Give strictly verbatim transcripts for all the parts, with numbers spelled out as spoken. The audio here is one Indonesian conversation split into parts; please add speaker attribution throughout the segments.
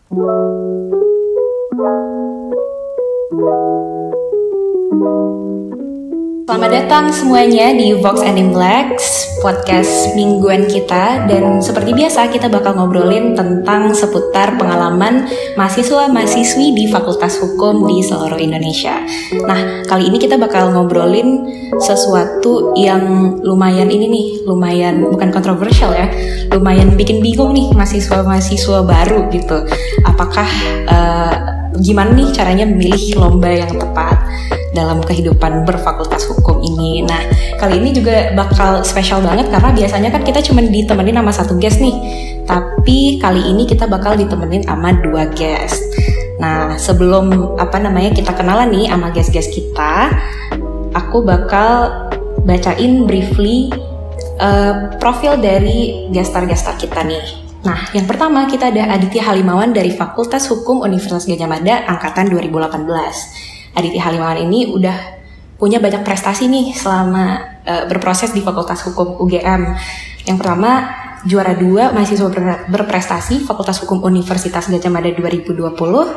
Speaker 1: Selamat datang semuanya di Vox and in Blacks, podcast mingguan kita. Dan seperti biasa kita bakal ngobrolin tentang seputar pengalaman mahasiswa-mahasiswi di Fakultas Hukum di seluruh Indonesia. Nah, kali ini kita bakal ngobrolin sesuatu yang lumayan ini nih, lumayan bukan kontroversial ya, lumayan bikin bingung nih mahasiswa-mahasiswa baru gitu. Apakah uh, gimana nih caranya memilih lomba yang tepat dalam kehidupan berfakultas hukum ini. Nah, kali ini juga bakal spesial banget karena biasanya kan kita cuma ditemenin sama satu guest nih. Tapi kali ini kita bakal ditemenin sama dua guest. Nah, sebelum apa namanya kita kenalan nih sama guest-guest kita, aku bakal bacain briefly uh, profil dari gestar-gestar kita nih. Nah, yang pertama kita ada Aditya Halimawan dari Fakultas Hukum Universitas Gadjah Mada angkatan dua ribu delapan belas. Aditya Halimawan ini udah punya banyak prestasi nih selama uh, berproses di Fakultas Hukum U G M. Yang pertama, juara dua mahasiswa ber- berprestasi Fakultas Hukum Universitas Gadjah Mada dua ribu dua puluh,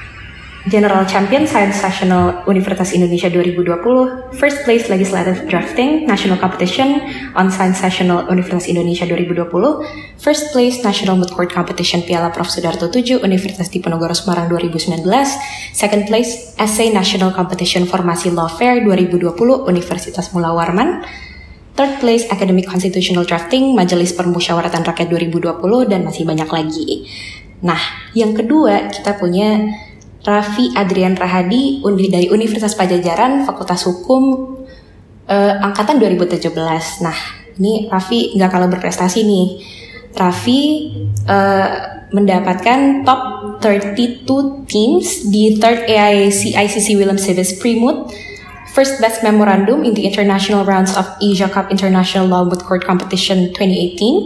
Speaker 1: General Champion Science National Universitas Indonesia dua ribu dua puluh, First Place Legislative Drafting National Competition on Science National Universitas Indonesia dua ribu dua puluh, First Place National Moot Court Competition Piala Profesor Sudarto tujuh Universitas Diponegoro Semarang dua ribu sembilan belas, Second Place Essay National Competition Formasi Law Fair dua ribu dua puluh Universitas Mula Warman, Third Place Academic Constitutional Drafting Majelis Permusyawaratan Rakyat dua ribu dua puluh, dan masih banyak lagi. Nah, yang kedua kita punya Raffi Adrian Rahadi dari Universitas Padjadjaran Fakultas Hukum uh, angkatan dua ribu tujuh belas. Nah, ini Raffi nggak kalah berprestasi nih. Raffi uh, mendapatkan top tiga puluh dua teams di third A I C I C C Willem Civis Pre-Moot, First Best Memorandum in the International Rounds of Asia Cup International Law Moot Court Competition twenty eighteen,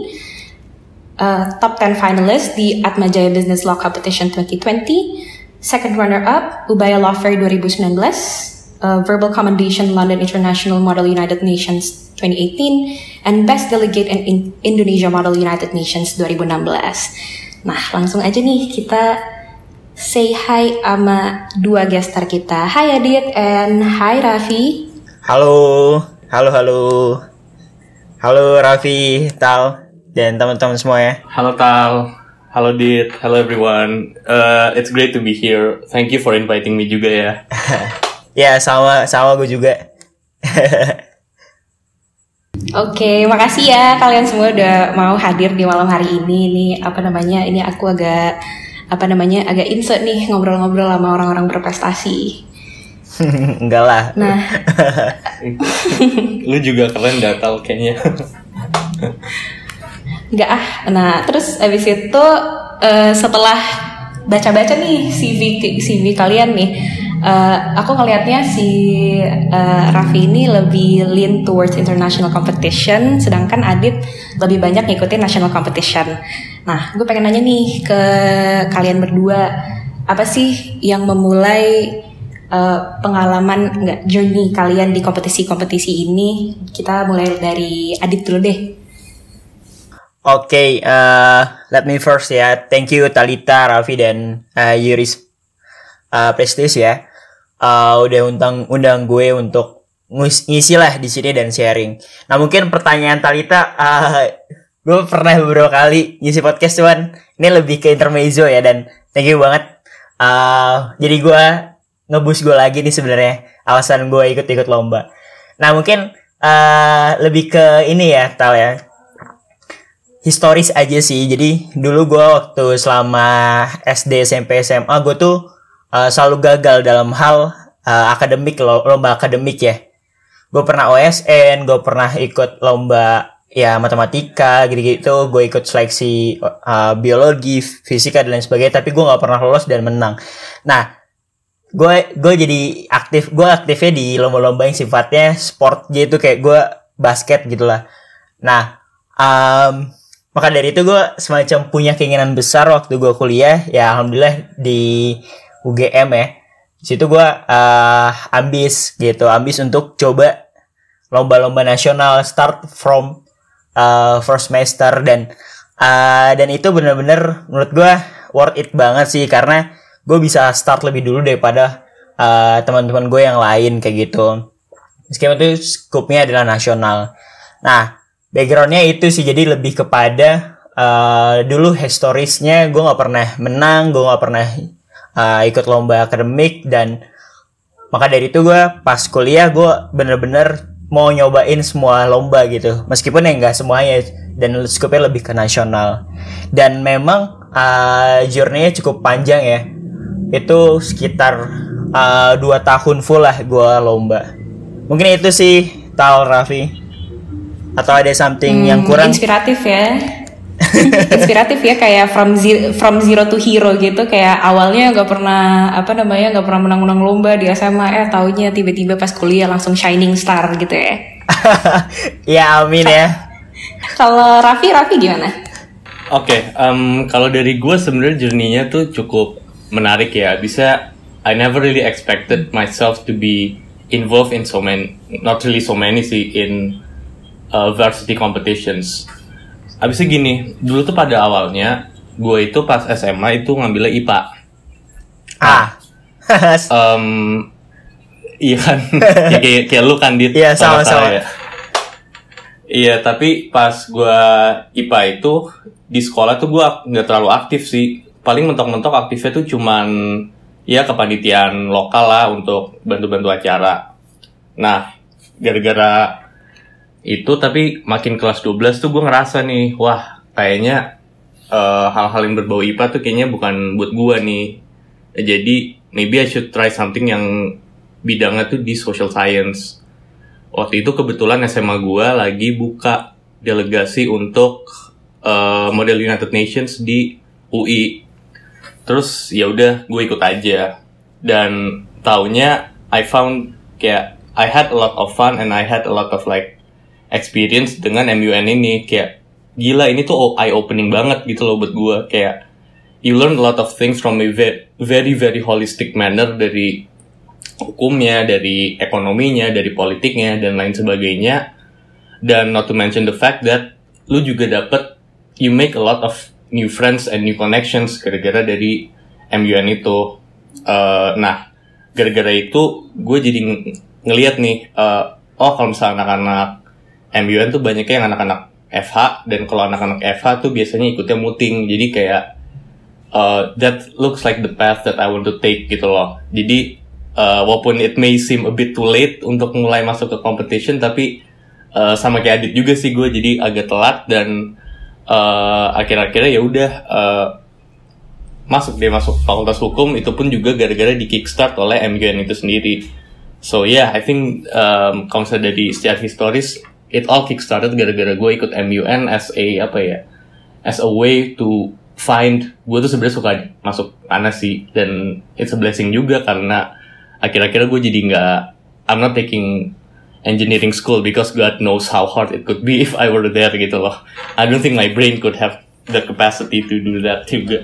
Speaker 1: uh, top ten finalists di Atmajaya Business Law Competition twenty twenty, second runner-up Ubaya Law Fair dua ribu sembilan belas, uh, Verbal Commendation London International Model United Nations twenty eighteen, and Best Delegate in, in Indonesia Model United Nations dua ribu enam belas. Nah, langsung aja nih kita say hi sama dua gestar kita. Hai Adit and hi Raffi.
Speaker 2: Halo, halo, halo. Halo Raffi, Tal, dan teman-teman semua ya.
Speaker 3: Halo Tal. Halo Dit, hello everyone. Uh, it's great to be here. Thank you for inviting me juga ya.
Speaker 2: Ya, sama sama gue juga.
Speaker 1: Oke, makasih ya kalian semua udah mau hadir di malam hari ini. Nih, apa namanya? Ini aku agak apa namanya? agak insert nih ngobrol-ngobrol sama orang-orang berprestasi.
Speaker 2: Enggak lah.
Speaker 1: Nah,
Speaker 3: lu juga keren dah Tal kayaknya.
Speaker 1: Enggak ah. Nah, terus abis itu uh, setelah baca-baca nih C V C V kalian nih, uh, aku ngelihatnya si uh, Raffi ini lebih lean towards international competition, sedangkan Adit lebih banyak ngikutin national competition. Nah, gue pengen nanya nih ke kalian berdua, apa sih yang memulai uh, pengalaman enggak journey kalian di kompetisi-kompetisi ini? Kita mulai dari Adit dulu deh.
Speaker 2: Oke, okay, uh, let me first ya. Thank you Talita, Raffi, dan uh, Yuris uh, Prestige ya. Uh, udah undang undang gue untuk ngis- ngisi lah di sini dan sharing. Nah, mungkin pertanyaan Talita, uh, gue pernah beberapa kali ngisi podcast cuman ini lebih ke intermezzo ya, dan thank you banget. Uh, jadi gue nge-boost gue lagi nih sebenarnya alasan gue ikut-ikut lomba. Nah, mungkin uh, lebih ke ini ya, Tal ya. Historis aja sih. Jadi dulu gue waktu selama S D, S M P, S M A gue tuh uh, selalu gagal dalam hal uh, akademik, lomba akademik ya. Gue pernah O S N, gue pernah ikut lomba ya matematika gitu-gitu, gue ikut seleksi uh, biologi, fisika dan lain sebagainya, tapi gue nggak pernah lolos dan menang. Nah, gue gue jadi aktif, gue aktifnya di lomba-lomba yang sifatnya sport gitu, kayak gue basket gitulah. Nah, um, maka dari itu gue semacam punya keinginan besar waktu gue kuliah, ya alhamdulillah di U G M ya. Di situ gue uh, ambis gitu, ambis untuk coba lomba-lomba nasional, start from uh, first semester, dan uh, dan itu benar-benar menurut gue worth it banget sih karena gue bisa start lebih dulu daripada uh, teman-teman gue yang lain kayak gitu. Meskipun itu skupnya adalah nasional. Nah, backgroundnya itu sih jadi lebih kepada uh, dulu historisnya gue nggak pernah menang, gue nggak pernah uh, ikut lomba akademik, dan maka dari itu gue pas kuliah gue bener-bener mau nyobain semua lomba gitu, meskipun ya nggak semuanya dan skupnya lebih ke nasional. Dan memang uh, journey-nya cukup panjang ya, itu sekitar uh, dua tahun full lah gue lomba. Mungkin itu sih, Tal, Raffi. Atau ada something hmm, yang kurang?
Speaker 1: Inspiratif ya. Inspiratif ya, kayak from zero, from zero to hero gitu. Kayak awalnya gak pernah, apa namanya, gak pernah menang-menang lomba di S M A. Eh taunya tiba-tiba pas kuliah langsung shining star gitu ya.
Speaker 2: Ya amin ya.
Speaker 1: Kalau Raffi, Raffi gimana?
Speaker 3: Oke, okay, um, kalau dari gue sebenarnya journey-nya tuh cukup menarik ya. Bisa, I never really expected myself to be involved in so many, not really so many sih, in uh, varsity competitions. Abisnya gini, dulu tuh pada awalnya gue itu pas S M A itu ngambilnya I P A.
Speaker 2: Ah,
Speaker 3: um, iya kan, ya, kayak, kayak lu kan Dit.
Speaker 2: Iya sama-sama.
Speaker 3: Ya. Iya, tapi pas gue I P A itu di sekolah tuh gue nggak terlalu aktif sih. Paling mentok-mentok aktifnya tuh cuman ya kepanitiaan lokal lah untuk bantu-bantu acara. Nah, gara-gara itu tapi makin kelas dua belas tuh gue ngerasa nih, wah kayaknya uh, hal-hal yang berbau I P A tuh kayaknya bukan buat gue nih. Jadi maybe I should try something yang bidangnya tuh di social science. Waktu itu kebetulan S M A gue lagi buka delegasi untuk uh, Model United Nations di U I. Terus ya udah gue ikut aja, dan taunya I found kayak I had a lot of fun and I had a lot of like experience dengan M U N ini. Kayak gila, ini tuh eye opening banget gitu loh buat gue. Kayak you learn a lot of things from a very very, very holistic manner, dari hukumnya, dari ekonominya, dari politiknya dan lain sebagainya. Dan not to mention the fact that lu juga dapet, you make a lot of new friends and new connections gara-gara dari M U N itu. Uh, nah, gara-gara itu gue jadi ng- ngeliat nih, uh, oh kalau misalnya anak-anak M U N tuh banyaknya yang anak-anak F H, dan kalau anak-anak F H tuh biasanya ikutnya muting. Jadi kayak uh, that looks like the path that I want to take gitu loh. Jadi uh, walaupun it may seem a bit too late untuk mulai masuk ke competition, tapi uh, sama kayak Adit juga sih, gue jadi agak telat, dan Uh, akhir-akhirnya ya udah uh, masuk deh masuk fakultas hukum. Itu pun juga gara-gara di kickstart oleh M U N itu sendiri. So yeah, I think um, kalau misalnya dari secara historis, it all kickstarted gara-gara gue ikut M U N as a apa ya, as a way to find, gue tuh sebenarnya suka masuk sana sih, dan it's a blessing juga karena akhir-akhirnya gue jadi nggak, I'm not taking engineering school because God knows how hard it could be if I were there gitu loh. I don't think my brain could have the capacity to do that juga.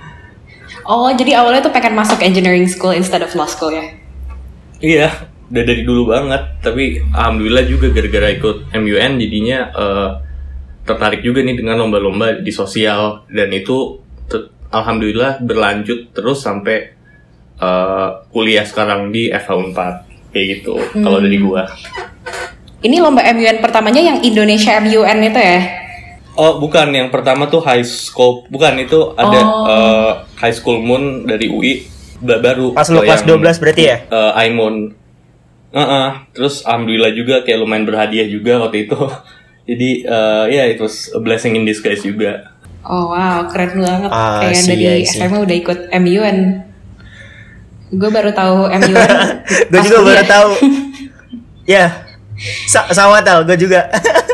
Speaker 1: Oh, jadi awalnya tuh pengen masuk engineering school instead of law school ya?
Speaker 3: Iya, udah dari dulu banget. Tapi alhamdulillah juga gara-gara ikut M U N jadinya uh, tertarik juga nih dengan lomba-lomba di sosial, dan itu te- alhamdulillah berlanjut terus sampai uh, kuliah sekarang di F H U empat kayak gitu. Hmm. Kalau dari gua.
Speaker 1: Ini lomba M U N pertamanya yang Indonesia M U N itu ya?
Speaker 3: Oh bukan, yang pertama tuh high school, bukan, itu ada oh. uh, high school moon dari U I baru.
Speaker 2: Pas lu kelas dua belas berarti ya?
Speaker 3: Uh, iMoon. Uh-uh. Terus alhamdulillah juga kayak lumayan berhadiah juga waktu itu. Jadi uh, ya yeah, it was a blessing in disguise juga.
Speaker 1: Oh wow, keren banget.
Speaker 2: Ah,
Speaker 1: kayak
Speaker 2: see,
Speaker 1: dari S M A udah ikut M U N. Gue baru tahu M U N.
Speaker 2: Gue juga baru tahu. Ya. Sa- sama Tal, gue juga.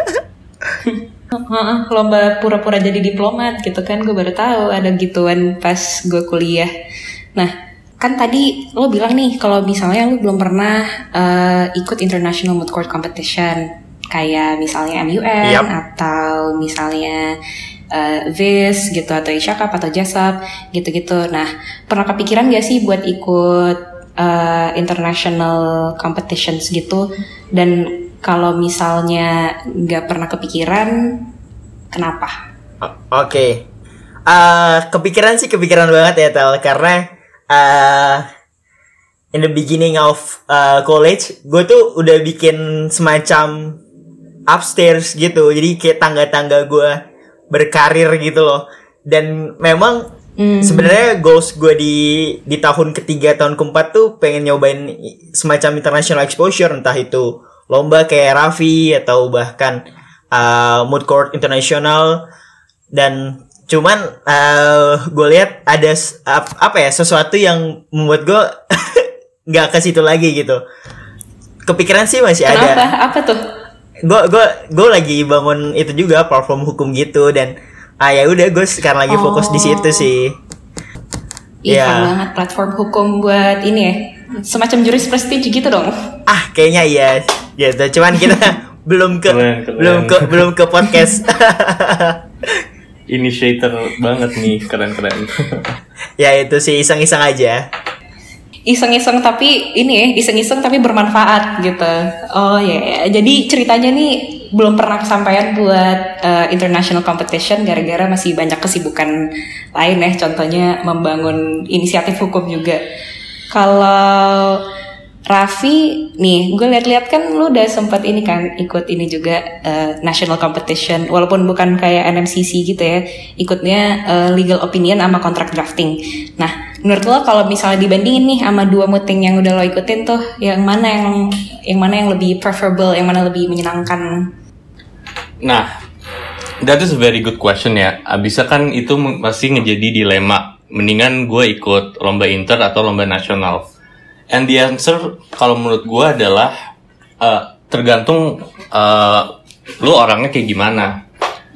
Speaker 1: Lomba pura-pura jadi diplomat gitu kan, gue baru tahu ada gituan pas gue kuliah. Nah, kan tadi lo bilang nih kalau misalnya lo belum pernah uh, ikut International Moot Court Competition, kayak misalnya M U N yep. atau misalnya uh, V I S gitu, atau Isyakap atau Jasab gitu-gitu. Nah, pernah kepikiran gak sih buat ikut Uh, international competitions gitu? Dan kalau misalnya nggak pernah kepikiran, kenapa?
Speaker 2: Oke, okay. uh, kepikiran sih kepikiran banget ya Tel, karena uh, in the beginning of uh, college gue tuh udah bikin semacam upstairs gitu, jadi kayak tangga-tangga gue berkarir gitu loh. Dan memang mm. sebenarnya goals gue di di tahun ketiga tahun keempat tuh pengen nyobain semacam international exposure, entah itu lomba kayak Raffi atau bahkan uh, mood court internasional. Dan cuman uh, gue lihat ada uh, apa ya sesuatu yang membuat gue nggak ke situ lagi gitu. Kepikiran sih masih
Speaker 1: Kenapa?
Speaker 2: ada.
Speaker 1: Kenapa? Apa tuh?
Speaker 2: Gue gue gue lagi bangun itu juga platform hukum gitu, dan ah ya udah gue sekarang lagi fokus
Speaker 1: oh.
Speaker 2: di situ sih.
Speaker 1: Iya
Speaker 2: yeah.
Speaker 1: banget platform hukum buat ini ya, semacam juris prestige gitu dong.
Speaker 2: Ah kayaknya iya gitu. Cuman kita belum ke
Speaker 3: keren, keren.
Speaker 2: belum ke belum ke podcast.
Speaker 3: Initiator banget nih, keren-keren.
Speaker 2: Ya itu sih iseng-iseng aja.
Speaker 1: Iseng-iseng tapi ini ya, iseng-iseng tapi bermanfaat gitu. Oh ya, yeah. Jadi ceritanya nih belum pernah kesampaian buat uh, international competition gara-gara masih banyak kesibukan lain ya. Contohnya membangun inisiatif hukum juga. Kalau Raffi nih, gue lihat-lihat kan lu udah sempat ini kan ikut ini juga uh, national competition, walaupun bukan kayak N M C C gitu ya, ikutnya uh, legal opinion sama contract drafting. Nah, menurut lo kalau misalnya dibandingin nih sama dua muting yang udah lo ikutin tuh, yang mana yang yang mana yang lebih preferable, yang mana lebih menyenangkan?
Speaker 3: Nah, that is a very good question ya. Abisnya kan itu masih ngejadi dilema. Mendingan gue ikut lomba inter atau lomba nasional. And the answer kalau menurut gue adalah uh, tergantung uh, lu orangnya kayak gimana.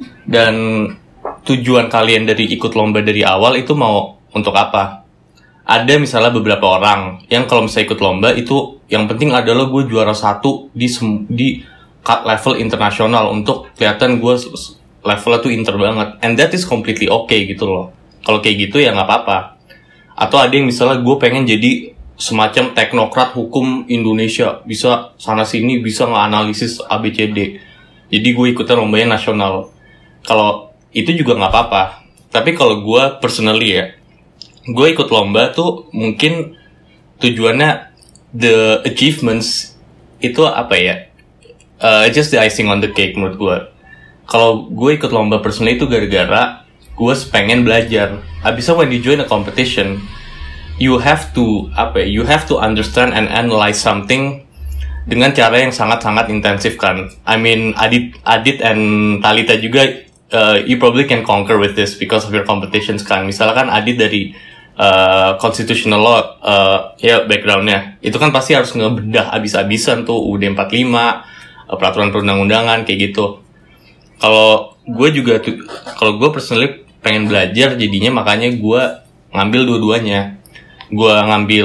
Speaker 3: Dan tujuan kalian dari ikut lomba dari awal itu mau untuk apa. Ada misalnya beberapa orang yang kalau misalnya ikut lomba itu yang penting adalah gue juara satu di sem- di level internasional untuk kelihatan gue levelnya tuh inter banget. And that is completely okay gitu loh. Kalau kayak gitu ya nggak apa-apa. Atau ada yang misalnya gue pengen jadi semacam teknokrat hukum Indonesia, bisa sana sini bisa nganalisis A B C D. Jadi gue ikutan lombanya nasional. Kalau itu juga nggak apa-apa. Tapi kalau gue personally ya, gue ikut lomba tuh mungkin tujuannya the achievements itu apa ya? Uh, just the icing on the cake menurut gue. Kalau gue ikut lomba personally itu gara-gara gue pengen belajar. Abisnya when you join a competition, you have to apa? You have to understand and analyze something dengan cara yang sangat-sangat intensif kan. I mean, Adit, Adit and Talita juga, uh, you probably can conquer with this because of your competitions kan. Misalkan Adit dari uh, constitutional law, uh, ya backgroundnya, itu kan pasti harus ngebedah abis-abisan tuh U D empat puluh lima, uh, peraturan perundang-undangan kayak gitu. Kalau gue juga, kalau gue personally pengen belajar, jadinya makanya gue ngambil dua-duanya. Gue ngambil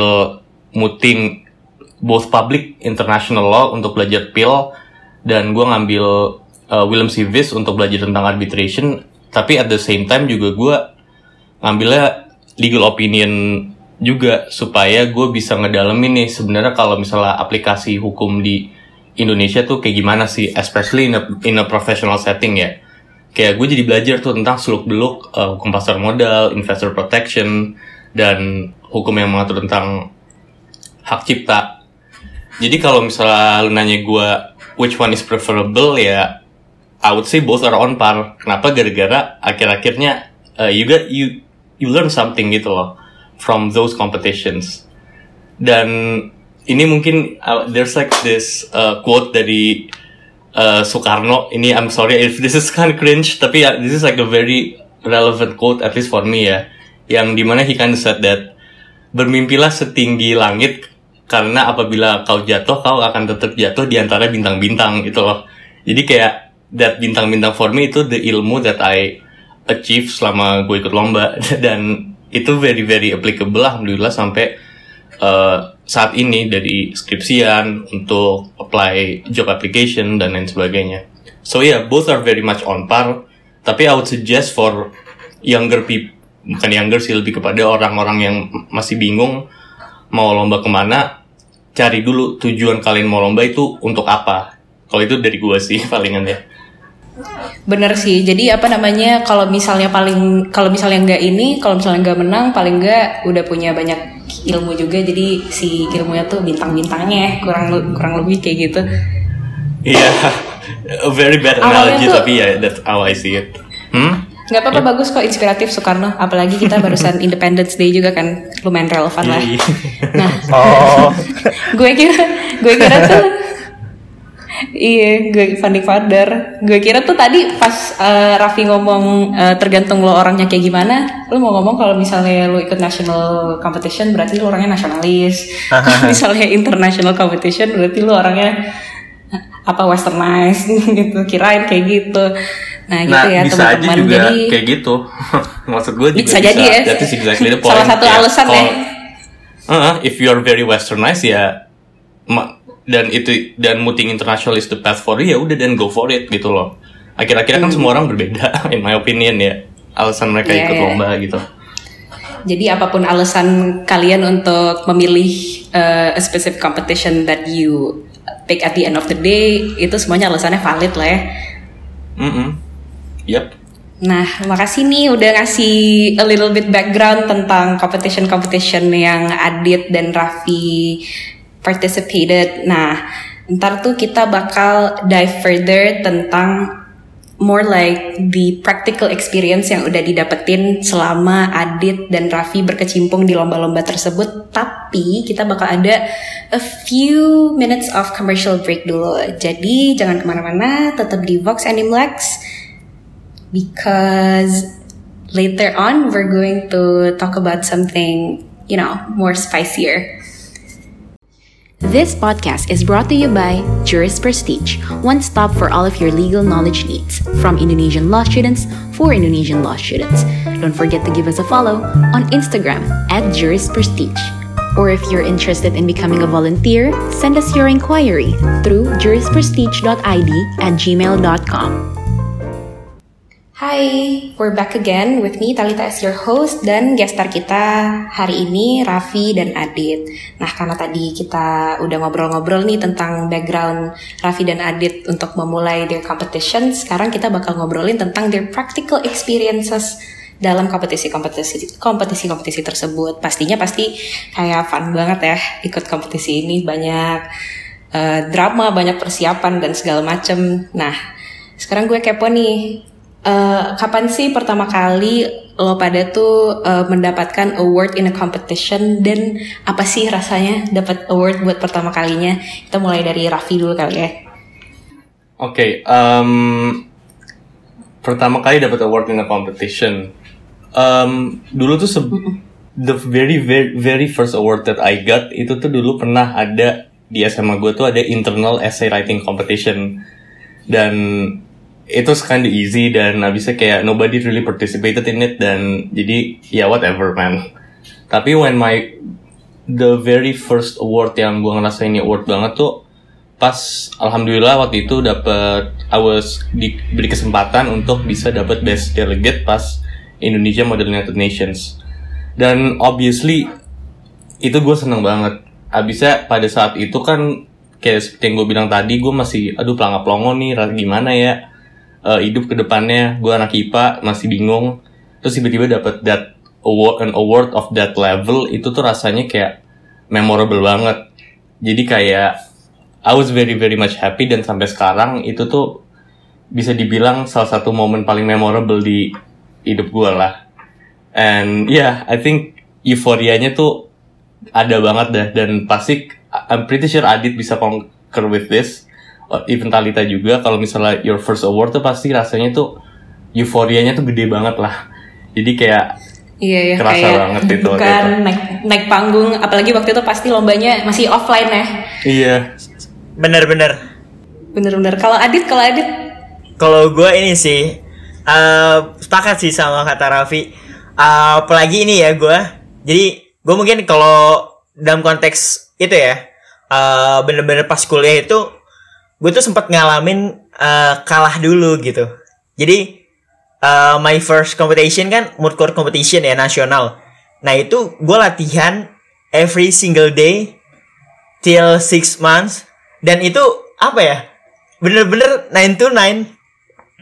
Speaker 3: muting both public international law untuk belajar P I L, dan gue ngambil uh, Willem Civis untuk belajar tentang arbitration. Tapi at the same time juga gue ngambilnya legal opinion juga supaya gue bisa ngedalemin nih sebenarnya kalau misalnya aplikasi hukum di Indonesia tuh kayak gimana sih, especially in a, in a professional setting ya. Kayak gue jadi belajar tuh tentang seluk-beluk uh, hukum pasar modal, investor protection, dan hukum yang mengatur tentang hak cipta. Jadi kalau misalnya lu nanya gue which one is preferable, ya I would say both are on par. Kenapa? Gara-gara akhir-akhirnya uh, you got you you learn something gitu loh from those competitions. Dan ini mungkin uh, there's like this uh, quote dari uh, Soekarno. Ini I'm sorry if this is kind of cringe, tapi uh, this is like a very relevant quote at least for me ya. Yang dimana he kind of said that bermimpilah setinggi langit karena apabila kau jatuh kau akan tetap jatuh di antara bintang-bintang gitu loh. Jadi kayak that bintang-bintang for me itu the ilmu that I achieve selama gue ikut lomba, dan itu very very applicable alhamdulillah sampai uh, saat ini dari skripsian untuk apply job application dan lain sebagainya. So yeah, both are very much on par. Tapi I would suggest for younger people, bukan younger sih, lebih kepada orang-orang yang masih bingung mau lomba kemana, cari dulu tujuan kalian mau lomba itu untuk apa. Kalau itu dari gue sih palingan ya.
Speaker 1: Bener sih. Jadi apa namanya? Kalau misalnya paling, kalau misalnya nggak ini, kalau misalnya nggak menang, paling nggak udah punya banyak ilmu juga. Jadi si ilmunya tuh bintang-bintangnya kurang kurang lebih kayak gitu.
Speaker 3: Iya, yeah, a very bad analogy tuh, tapi ya yeah, that's how I see it. Hmm?
Speaker 1: Nggak apa-apa, yeah. Bagus kok, inspiratif Soekarno. Apalagi kita barusan Independence Day juga kan, lumayan relevan lah. Nah,
Speaker 2: oh,
Speaker 1: gue kira, gue kira tuh. Iya, gue founding father. Gue kira tuh tadi pas uh, Raffi ngomong uh, tergantung lo orangnya kayak gimana. Lo mau ngomong kalau misalnya lo ikut national competition berarti lo orangnya nasionalis. Misalnya international competition berarti lo orangnya apa westernized gitu. Kirain kayak gitu. Nah, gitu
Speaker 3: nah,
Speaker 1: ya
Speaker 3: bisa
Speaker 1: teman-teman.
Speaker 3: Aja juga
Speaker 1: jadi
Speaker 3: kayak gitu. Maksud gue juga
Speaker 1: bisa,
Speaker 3: bisa
Speaker 1: jadi ya.
Speaker 3: That is exactly the point.
Speaker 1: Salah satu ya, alasan
Speaker 3: kalo,
Speaker 1: ya.
Speaker 3: Uh, if you are very westernized ya ma- dan itu dan muting international is the path for you, ya udah dan go for it gitu loh. Akhir-akhirnya kan hmm. semua orang berbeda in my opinion ya, alasan mereka yeah, ikut yeah. lomba gitu.
Speaker 1: Jadi apapun alasan kalian untuk memilih uh, a specific competition that you pick at the end of the day, itu semuanya alasannya valid lah ya.
Speaker 3: Mm-hmm. Yep.
Speaker 1: Nah, makasih nih udah ngasih a little bit background tentang competition-competition yang Adit dan Raffi participated. Nah, ntar tuh kita bakal dive further tentang more like the practical experience yang udah didapetin selama Adit dan Raffi berkecimpung di lomba-lomba tersebut. Tapi kita bakal ada a few minutes of commercial break dulu. Jadi jangan kemana-mana, tetap di Vox Animlex because later on we're going to talk about something, you know, more spicier. This podcast is brought to you by Juris Prestige, one stop for all of your legal knowledge needs, from Indonesian law students for Indonesian law students. Don't forget to give us a follow on Instagram at Juris Prestige. Or if you're interested in becoming a volunteer, send us your inquiry through juris prestige dot I D at gmail dot com. Hi, we're back again with me, Talita as your host, dan guest star kita hari ini Raffi dan Adit. Nah, karena tadi kita udah ngobrol-ngobrol nih tentang background Raffi dan Adit untuk memulai their competition, sekarang kita bakal ngobrolin tentang their practical experiences dalam kompetisi-kompetisi kompetisi-kompetisi tersebut. Pastinya pasti kayak fun banget ya ikut kompetisi ini, banyak uh, drama, banyak persiapan dan segala macem. Nah, sekarang gue kepo nih. Uh, kapan sih pertama kali lo pada tuh uh, mendapatkan award in a competition, dan apa sih rasanya dapat award buat pertama kalinya? Kita mulai dari Raffi dulu kali ya.
Speaker 3: Oke, okay, um, pertama kali dapat award in a competition. Um, dulu tuh se- the very very very first award that I got itu tuh dulu pernah ada di S M A gue tuh ada internal essay writing competition, dan itu kind of easy dan abisnya kayak nobody really participated in it, dan jadi ya yeah, whatever man. Tapi when my the very first award yang gue ngerasain ini award banget tuh pas alhamdulillah waktu itu dapet I was diberi kesempatan untuk bisa dapat best delegate pas Indonesia Model United Nations, dan obviously itu gue seneng banget. Abisnya pada saat itu kan kayak seperti yang gue bilang tadi, gue masih aduh pelangap-pelongo nih gimana ya Uh, hidup ke depannya, gue anak I P A masih bingung, terus tiba-tiba dapat that award, an award of that level, itu tuh rasanya kayak memorable banget. Jadi kayak I was very very much happy, dan sampai sekarang itu tuh bisa dibilang salah satu momen paling memorable di hidup gue lah. And yeah, I think euforianya tuh ada banget dah, dan pasti I'm pretty sure Adit bisa concur with this. Even Talita juga, kalau misalnya your first award tuh pasti rasanya tuh euforianya tuh gede banget lah. Jadi kayak
Speaker 1: iya, iya,
Speaker 3: kerasa
Speaker 1: kayak
Speaker 3: banget itu.
Speaker 1: Bukan gitu. naik naik panggung, apalagi waktu itu pasti lombanya masih offline ya.
Speaker 3: Iya.
Speaker 2: Bener-bener.
Speaker 1: Bener-bener. Kalau Adit, kalau Adit?
Speaker 2: Kalau gue ini sih, uh, sepakat sih sama kata Raffi. Uh, apalagi ini ya gue. Jadi gue mungkin kalau dalam konteks itu ya, uh, bener-bener pas kuliah itu gue tuh sempat ngalamin uh, kalah dulu gitu. Jadi uh, my first competition kan mood court competition ya, nasional. Nah itu gue latihan every single day till six months, dan itu apa ya, bener-bener nine to nine.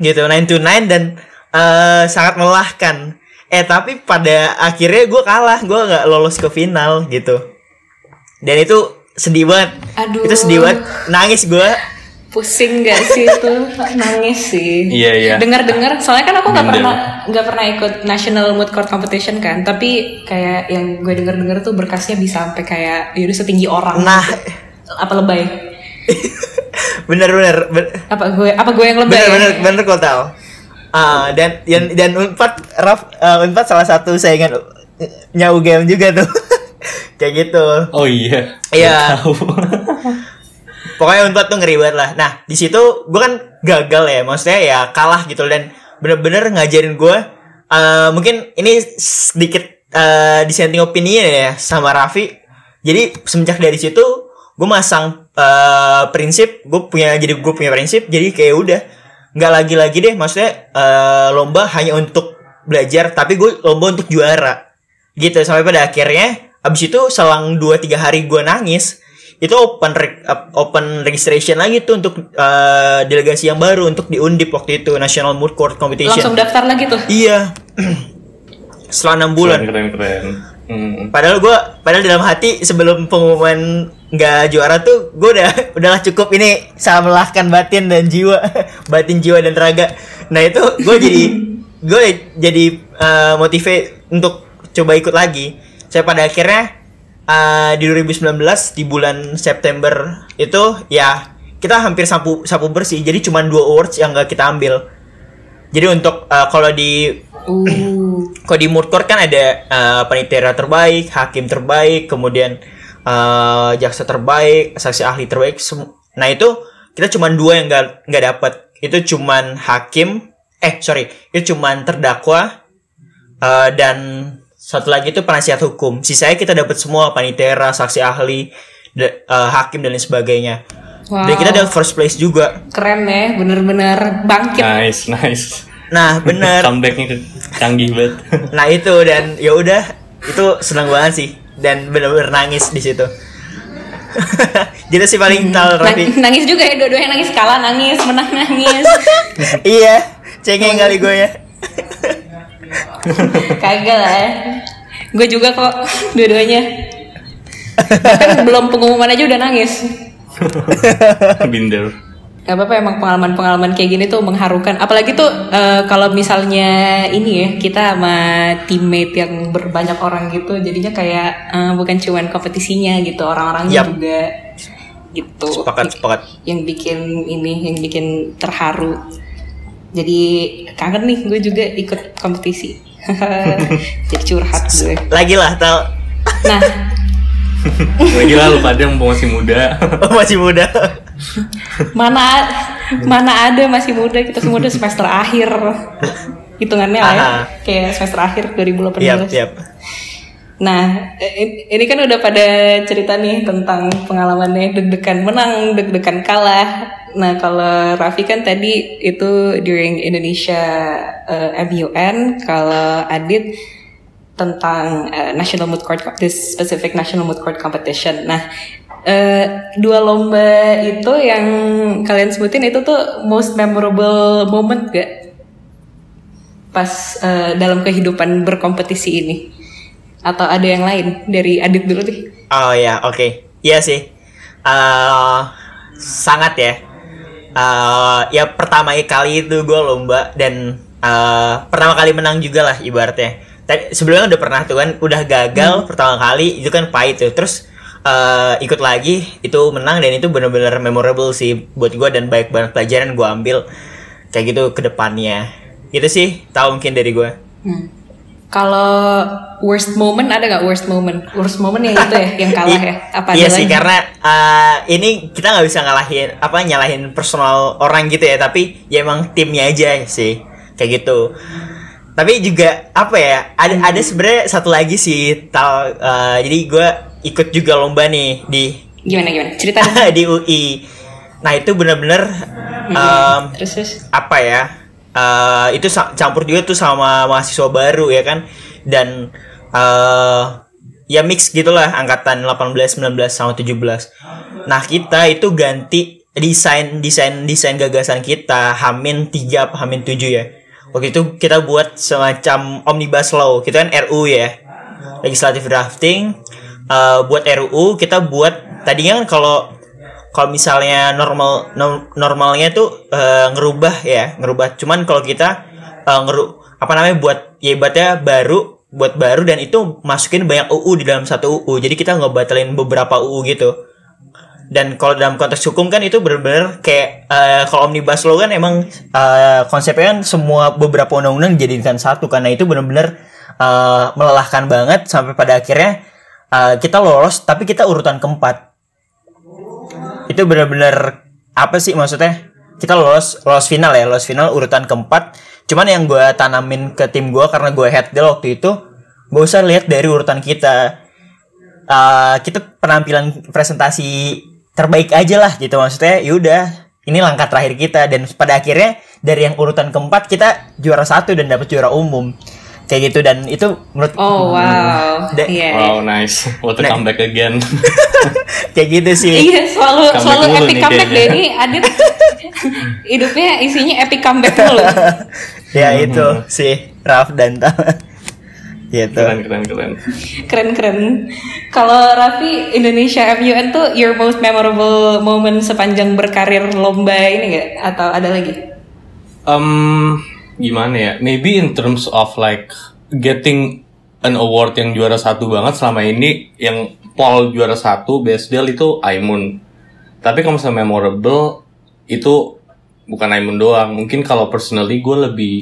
Speaker 2: gitu, nine to nine dan uh, sangat melelahkan. Eh tapi pada akhirnya gue kalah, gue nggak lolos ke final gitu. Dan itu sedih banget.
Speaker 1: Aduh.
Speaker 2: Itu sedih banget, nangis gue.
Speaker 1: Pusing gak sih itu? Nangis sih.
Speaker 3: Iya iya.
Speaker 1: Dengar-dengar, soalnya kan aku nggak
Speaker 3: Minder.
Speaker 1: pernah nggak pernah ikut National Moot Court Competition kan, tapi kayak yang gue dengar-dengar tuh berkasnya bisa sampai kayak yaudah setinggi orang.
Speaker 2: Nah,
Speaker 1: apa lebay?
Speaker 2: bener-bener. Ben-
Speaker 1: Apa gue apa gue yang lebay?
Speaker 2: Bener-bener, bener kau tahu. Ah, dan dan dan Unpad Raf, uh, Unpad salah satu saingan uh, Nya U G M juga tuh. Kayak gitu.
Speaker 3: Oh iya.
Speaker 2: Iya.
Speaker 3: Tahu.
Speaker 2: Pokoknya Unpad tuh ngeri banget lah. Nah, di situ gue kan gagal ya. Maksudnya ya kalah gitu dan bener-bener ngajarin gue uh, mungkin ini sedikit uh, dissenting opinion ya sama Raffi. Jadi semenjak dari situ gue masang uh, prinsip, gue punya jadi gue punya prinsip. Jadi kayak udah nggak lagi-lagi deh, maksudnya uh, lomba hanya untuk belajar, tapi gue lomba untuk juara gitu. Sampai pada akhirnya abis itu selang dua tiga hari gue nangis, itu open re- open registration lagi tuh untuk uh, delegasi yang baru untuk di Undip waktu itu, National Moot Court Competition.
Speaker 1: Langsung daftar lagi tuh.
Speaker 2: Iya. Setelah enam bulan.
Speaker 3: Keren keren. keren. Hmm.
Speaker 2: Padahal gue, padahal dalam hati sebelum pengumuman nggak juara tuh, gue udah udahlah cukup ini saya melahkan batin dan jiwa, batin jiwa dan raga. Nah itu gue jadi gue jadi uh, motivate untuk coba ikut lagi. Saya pada akhirnya uh, di dua ribu sembilan belas di bulan September itu ya kita hampir sapu sapu bersih. Jadi cuma dua awards yang nggak kita ambil. Jadi untuk uh, kalau di
Speaker 1: Uh.
Speaker 2: Kalau di Moot Court kan ada uh, panitia terbaik, hakim terbaik, kemudian uh, jaksa terbaik, saksi ahli terbaik. Sem- nah itu kita cuma dua yang nggak nggak dapat. Itu cuma hakim, eh sorry, itu cuma terdakwa uh, dan satu lagi itu penasihat hukum. Sisanya kita dapat semua panitia, saksi ahli, da- uh, hakim dan lain sebagainya.
Speaker 1: Wow.
Speaker 2: Dan kita dapat first place juga.
Speaker 1: Keren ya, bener-bener bangkit.
Speaker 3: Nice nice.
Speaker 2: Nah bener.
Speaker 3: Comebacknya canggih banget.
Speaker 2: Nah itu dan ya udah itu senang banget sih dan benar-benar nangis di situ. Jadi sih paling tahu
Speaker 1: Nang-
Speaker 2: Raffi.
Speaker 1: nangis juga ya, dua-duanya nangis, kalah nangis, menang nangis.
Speaker 2: Iya, cengeng kali gue ya.
Speaker 1: Kagak lah ya. Gue juga kok dua-duanya. Bahkan belum pengumuman aja udah nangis.
Speaker 3: Binder.
Speaker 1: Gak apa-apa, emang pengalaman-pengalaman kayak gini tuh mengharukan. Apalagi tuh eh, kalau misalnya ini ya, kita sama teammate yang berbanyak orang gitu, jadinya kayak eh, bukan cuman kompetisinya gitu, orang-orangnya
Speaker 2: Yap.
Speaker 1: juga gitu.
Speaker 2: Sepakat, sepakat.
Speaker 1: Yang bikin ini, yang bikin terharu. Jadi kangen nih, gue juga ikut kompetisi. Jadi curhat gue.
Speaker 2: Lagi lah tal.
Speaker 1: Nah,
Speaker 3: Lagi lah lu pada yang masih muda.
Speaker 2: Oh, masih muda.
Speaker 1: mana mana ada masih muda, kita semua udah semester akhir. Hitungannya lah ya.
Speaker 2: Aha.
Speaker 1: Kayak semester akhir dua ribu delapan
Speaker 2: Yap,
Speaker 1: belas.
Speaker 2: yap.
Speaker 1: Nah, i- ini kan udah pada cerita nih tentang pengalamannya deg-degan menang, deg-degan kalah. Nah, kalau Raffi kan tadi itu during Indonesia uh, M U N, kalau Adit tentang uh, National Moot Court, this specific National Moot Court Competition. Nah, uh, dua lomba itu yang kalian sebutin itu tuh most memorable moment gak? Pas uh, dalam kehidupan berkompetisi ini? Atau ada yang lain? Dari Adit dulu deh.
Speaker 2: Oh ya, oke. Iya sih. Eh, sangat ya. Eh, ya pertama kali itu gue lomba dan eh, pertama kali menang juga lah ibaratnya. Tadi sebelumnya udah pernah tuh kan, udah gagal pertama kali itu kan pahit tuh. Terus eh, ikut lagi itu menang dan itu benar-benar memorable sih buat gue dan banyak banget pelajaran gue ambil kayak gitu ke depannya. Itu sih tahu mungkin dari gue.
Speaker 1: Hmm. Kalau worst moment ada nggak worst moment? Worst moment yang itu ya, yang kalah ya? Apa
Speaker 2: iya
Speaker 1: ada
Speaker 2: sih
Speaker 1: lagi?
Speaker 2: karena uh, ini kita nggak bisa ngalahin apa nyalahin personal orang gitu ya, tapi ya emang timnya aja sih kayak gitu. Tapi juga apa ya, ada ada sebenarnya satu lagi sih tal uh, jadi gue ikut juga lomba nih di
Speaker 1: Gimana gimana? Cerita.
Speaker 2: di U I. Nah itu benar-benar um,
Speaker 1: terus terus.
Speaker 2: apa ya, uh, itu sa- campur juga tuh sama mahasiswa baru ya kan, dan uh, ya mix gitulah angkatan delapan belas, sembilan belas sama tujuh belas. Nah kita itu ganti desain desain desain gagasan kita Hamin tiga apa Hamin tujuh ya. Waktu itu kita buat semacam omnibus law. Kita kan R U ya. Legislative drafting. Uh, buat R U kita buat tadinya kan kalau kalau misalnya normal no, normalnya tuh uh, ngerubah ya, ngerubah. Cuman kalau kita uh, ngeru apa namanya buat ya ibaratnya baru buat baru dan itu masukin banyak U U di dalam satu U U. Jadi kita ngebatalin beberapa U U gitu. Dan kalau dalam konteks hukum kan itu benar-benar kayak uh, kalau omnibus law kan emang uh, konsepnya kan semua beberapa undang-undang dijadikan satu, karena itu benar-benar uh, melelahkan banget sampai pada akhirnya uh, kita lolos tapi kita urutan keempat. Itu benar-benar apa sih maksudnya? Kita lolos lolos final ya, lolos final urutan keempat. Cuman yang gue tanamin ke tim gue karena gue head deal waktu itu, gak usah lihat dari urutan kita. Uh, kita penampilan presentasi terbaik aja lah gitu, maksudnya yaudah ini langkah terakhir kita, dan pada akhirnya dari yang urutan keempat kita juara satu dan dapat juara umum kayak gitu. Dan itu menurut
Speaker 1: oh wow hmm,
Speaker 2: da-
Speaker 1: yeah.
Speaker 3: Wow nice, what a comeback again.
Speaker 2: Kayak gitu sih.
Speaker 1: Iya selalu
Speaker 3: comeback
Speaker 1: selalu epic
Speaker 3: nih
Speaker 1: comeback deh ini Adit. Hidupnya isinya epic comeback mulu.
Speaker 2: Ya itu sih Raf dan Tama. Gitu.
Speaker 3: Keren keren keren.
Speaker 1: Keren keren. Kalau Raffi, Indonesia M U N tuh your most memorable moment sepanjang berkarir lomba ini gak? Atau ada lagi?
Speaker 3: Um, gimana ya? Maybe in terms of like getting an award yang juara satu banget selama ini, yang Paul juara satu, Best Deal itu Aimun. Tapi kalau misalnya memorable itu bukan Aimun doang. Mungkin kalau personally gue lebih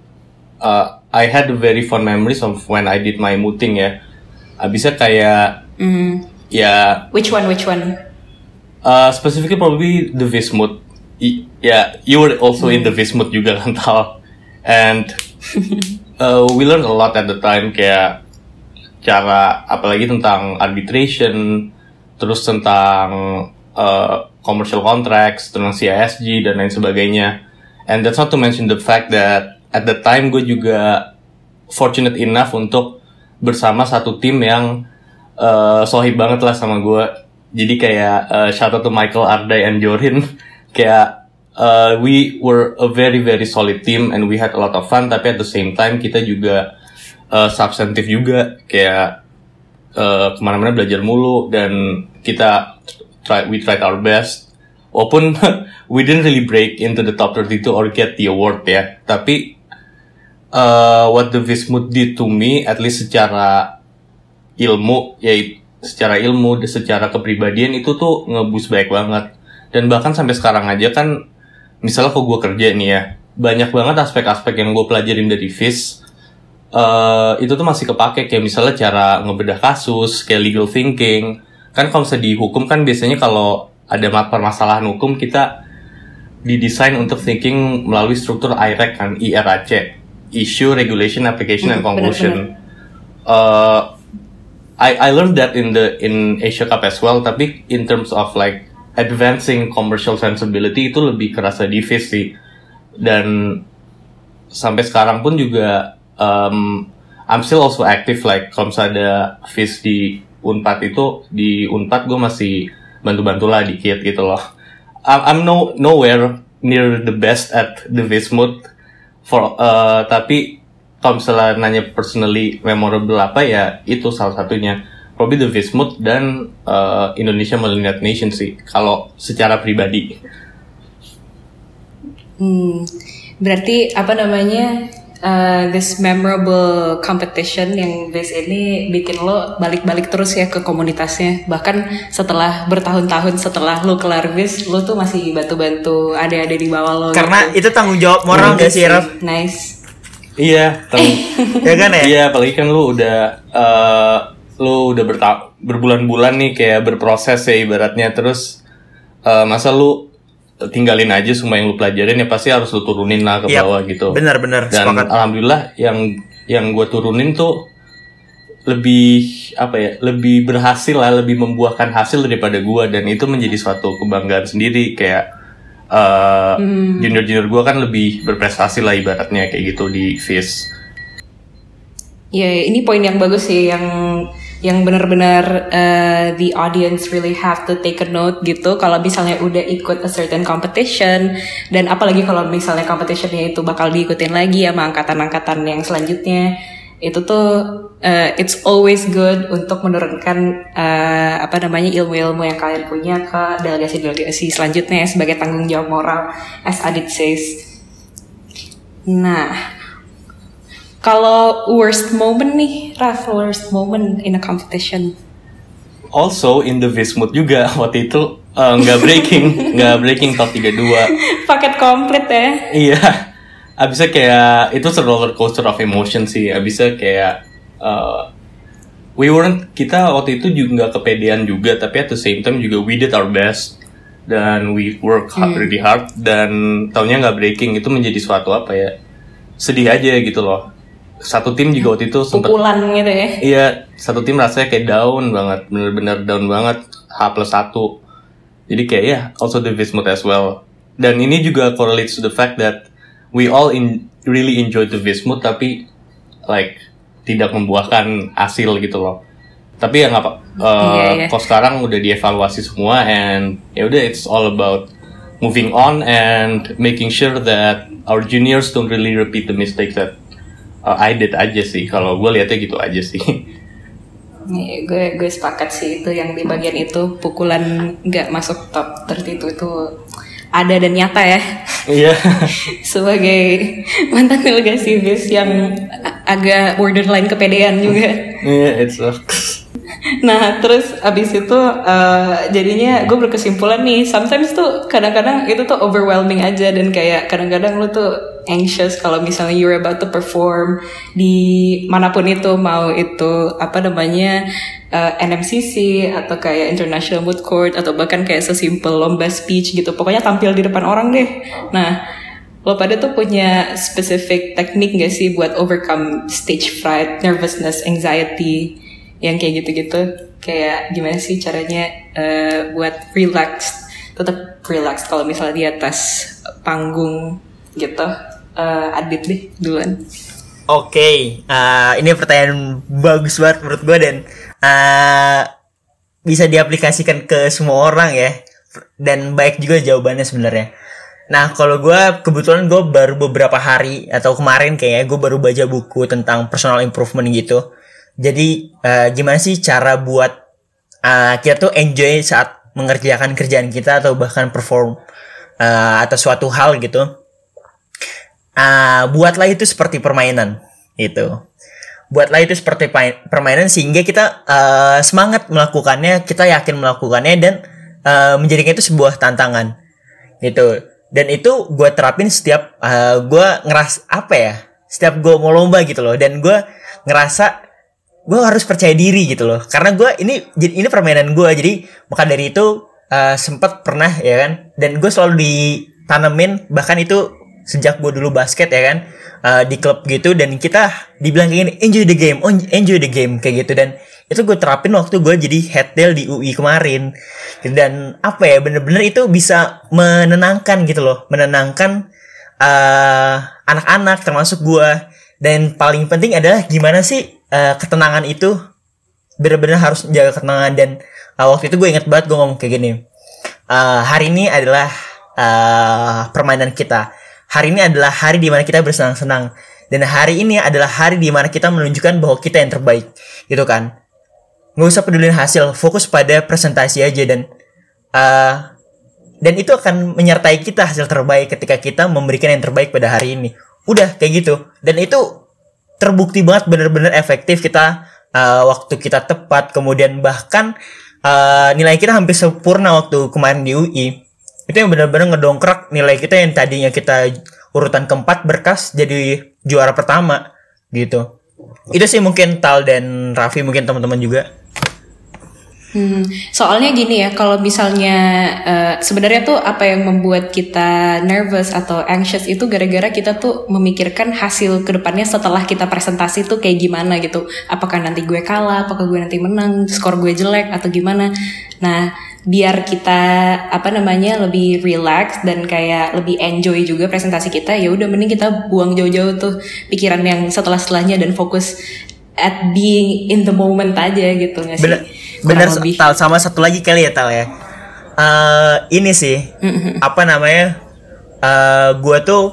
Speaker 3: uh, I had a very fond memories of when I did my muting ya. Abisnya kayak
Speaker 1: mm.
Speaker 3: ya.
Speaker 1: Which one? Which one?
Speaker 3: Uh, specifically probably the Vismut. I, yeah, you were also mm. in the Vismut juga kan Tal. And uh, we learned a lot at the time, kayak cara apalagi tentang arbitration, terus tentang uh, commercial contracts, tentang C I S G dan lain sebagainya. And that's not to mention the fact that at the time gue juga fortunate enough untuk bersama satu tim yang uh, sohib banget lah sama gue. Jadi kayak uh, shout out to Michael, Ardai, and Jorin. Kayak uh, we were a very very solid team and we had a lot of fun. Tapi at the same time kita juga uh, substantif juga. Kayak uh, kemana-mana belajar mulu dan kita try we tried our best. Walaupun we didn't really break into the top thirty-two or get the award ya. Tapi Uh, what the Vismut did to me, at least secara ilmu, ya secara ilmu, secara kepribadian itu tuh nge-boost baik banget. Dan bahkan sampai sekarang aja kan, misalnya kalau gue kerja nih ya, banyak banget aspek-aspek yang gue pelajarin dari Vis, uh, itu tuh masih kepake. Kayak misalnya cara ngebedah kasus, kayak legal thinking. Kan kalau misalnya di hukum kan biasanya kalau ada permasalahan hukum, kita didesain untuk thinking melalui struktur I R A C kan, I R A C. Issue, regulation, application, and conclusion. Uh, I I learned that in the in Asia Cup as well. Tapi in terms of like advancing commercial sensibility itu lebih kerasa di Vis sih. Dan sampai sekarang pun juga um, I'm still also active, like kalau misalnya ada Vis di Unpad itu, di Unpad gue masih bantu-bantu lah dikit gitu loh. I'm, I'm no nowhere near the best at the Vismut. For, uh, tapi kalau misalnya nanya personally memorable apa ya, itu salah satunya probably the Vismut dan uh, Indonesia Millennial Nation sih kalau secara pribadi.
Speaker 1: Hmm, berarti apa namanya uh, this memorable competition yang Vis ini bikin lo balik-balik terus ya ke komunitasnya, bahkan setelah bertahun-tahun setelah lo kelar Vis, lo tuh masih bantu-bantu adik-adik di bawah lo.
Speaker 2: Karena
Speaker 1: gitu.
Speaker 2: Itu tanggung jawab moral gak sih, Raf?
Speaker 1: Nice.
Speaker 3: Iya, tang-
Speaker 2: ya kan ya?
Speaker 3: Iya, apalagi kan lu udah uh, lu udah berta- berbulan-bulan nih kayak berproses ya ibaratnya, terus uh, masa lu tinggalin aja semua yang lu pelajarin, ya pasti harus lu turunin lah ke bawah yep, gitu.
Speaker 2: Benar-benar.
Speaker 3: Dan sepakat. Alhamdulillah yang yang gue turunin tuh lebih apa ya, lebih berhasil lah, lebih membuahkan hasil daripada gue, dan itu menjadi suatu kebanggaan sendiri. Kayak uh, hmm. junior-junior gue kan lebih berprestasi lah ibaratnya kayak gitu di Vis.
Speaker 1: Ya, ini poin yang bagus sih, yang yang benar-benar uh, the audience really have to take a note gitu kalau misalnya udah ikut a certain competition, dan apalagi kalau misalnya competitionnya itu bakal diikutin lagi sama angkatan-angkatan yang selanjutnya. Itu tuh uh, it's always good untuk menurunkan uh, apa namanya ilmu-ilmu yang kalian punya ke delegasi-delegasi selanjutnya sebagai tanggung jawab moral, as Adit says. Nah, kalau worst moment nih, Raf, worst moment in a competition.
Speaker 3: Also in the Vismut juga waktu itu uh, nggak breaking, nggak breaking top tiga puluh dua.
Speaker 1: Paket komplit ya.
Speaker 3: Iya, abisnya kayak itu roller coaster of emotion sih. Abisnya kayak uh, we weren't, kita waktu itu juga nggak kepedean juga, tapi at the same time juga we did our best dan we work hard, hmm. really hard, dan taunya nggak breaking. Itu menjadi suatu apa ya, sedih aja gitu loh. Satu tim juga waktu itu sempat
Speaker 1: pukulan gitu ya.
Speaker 3: Iya, satu tim rasanya kayak down banget, bener-bener down banget, H plus satu. Jadi kayak ya, yeah, also the Vismut as well. Dan ini juga correlates to the fact that we all in, really enjoy the Vismut, tapi like tidak membuahkan hasil gitu loh. Tapi ya nggak apa, uh, yeah, yeah. Kok sekarang udah dievaluasi semua, and ya udah, it's all about moving on and making sure that our juniors don't really repeat the mistakes that Uh, I did aja sih, kalau gue lihatnya gitu aja sih.
Speaker 1: Nih, gue gue sepakat sih, itu yang di bagian itu pukulan nggak masuk top tiga puluh itu ada dan nyata ya.
Speaker 3: Iya.
Speaker 1: Sebagai mantan delegasi Vis yang agak borderline kepedean juga.
Speaker 3: Iya, yeah, it sucks.
Speaker 1: Nah, terus abis itu uh, jadinya gue berkesimpulan nih, sometimes tuh kadang-kadang itu tuh overwhelming aja, dan kayak kadang-kadang lu tuh anxious kalau misalnya you're about to perform di manapun itu, mau itu apa namanya uh, N M C C atau kayak International Moot Court atau bahkan kayak sesimpel lomba speech gitu, pokoknya tampil di depan orang deh. Nah, lo pada tuh punya specific teknik gak sih buat overcome stage fright, nervousness, anxiety, yang kayak gitu-gitu? Kayak gimana sih caranya uh, buat relax, tetap relax kalau misalnya di atas panggung gitu? Uh, Adit deh duluan.
Speaker 2: Oke, okay, uh, ini pertanyaan bagus banget menurut gue, dan uh, bisa diaplikasikan ke semua orang ya, dan baik juga jawabannya sebenarnya. Nah, kalau gue kebetulan gue baru beberapa hari atau kemarin kayaknya gue baru baca buku tentang personal improvement gitu. Jadi uh, gimana sih cara buat uh, kita tuh enjoy saat mengerjakan kerjaan kita atau bahkan perform uh, atau suatu hal gitu. Uh, buatlah itu seperti permainan itu. Buatlah itu seperti permainan sehingga kita uh, semangat melakukannya, kita yakin melakukannya, dan uh, menjadikan itu sebuah tantangan gitu. Dan itu gue terapin setiap uh, gue ngeras apa ya, setiap gue mau lomba gitu loh. Dan gue ngerasa gue harus percaya diri gitu loh, karena gue ini ini permainan gue. Jadi maka dari itu uh, sempat pernah ya kan, dan gue selalu ditanemin, bahkan itu sejak gue dulu basket ya kan, uh, di klub gitu, dan kita dibilang kayak gini, enjoy the game, enjoy the game kayak gitu. Dan itu gue terapin waktu gue jadi head tail di U I kemarin, dan apa ya, bener-bener itu bisa menenangkan gitu loh, menenangkan uh, anak-anak termasuk gue. Dan paling penting adalah gimana sih uh, ketenangan itu, bener-bener harus menjaga ketenangan. Dan uh, waktu itu gue ingat banget gue ngomong kayak gini, uh, hari ini adalah uh, permainan kita. Hari ini adalah hari di mana kita bersenang-senang, dan hari ini adalah hari di mana kita menunjukkan bahwa kita yang terbaik, gitu kan? Nggak usah pedulin hasil, fokus pada presentasi aja, dan uh, dan itu akan menyertai kita hasil terbaik ketika kita memberikan yang terbaik pada hari ini. Udah kayak gitu, dan itu terbukti banget benar-benar efektif. Kita uh, waktu kita tepat, kemudian bahkan uh, nilai kita hampir sempurna waktu kemarin di U I. Itu yang benar-benar ngedongkrak nilai kita yang tadinya kita urutan keempat berkas jadi juara pertama gitu. Itu sih mungkin Tal dan Raffi, mungkin teman-teman juga.
Speaker 1: Hmm, soalnya gini ya, kalau misalnya uh, sebenarnya tuh apa yang membuat kita nervous atau anxious itu gara-gara kita tuh memikirkan hasil kedepannya setelah kita presentasi tuh kayak gimana gitu. Apakah nanti gue kalah, apakah gue nanti menang, skor gue jelek atau gimana. Nah, biar kita apa namanya lebih relax dan kayak lebih enjoy juga presentasi kita, ya udah mending kita buang jauh-jauh tuh pikiran yang setelah-setelahnya dan fokus at being in the moment aja gitu nggak sih?
Speaker 2: Bener, bener Tal, sama satu lagi kali ya Tal ya. Uh, ini sih mm-hmm. apa namanya? Uh, gue tuh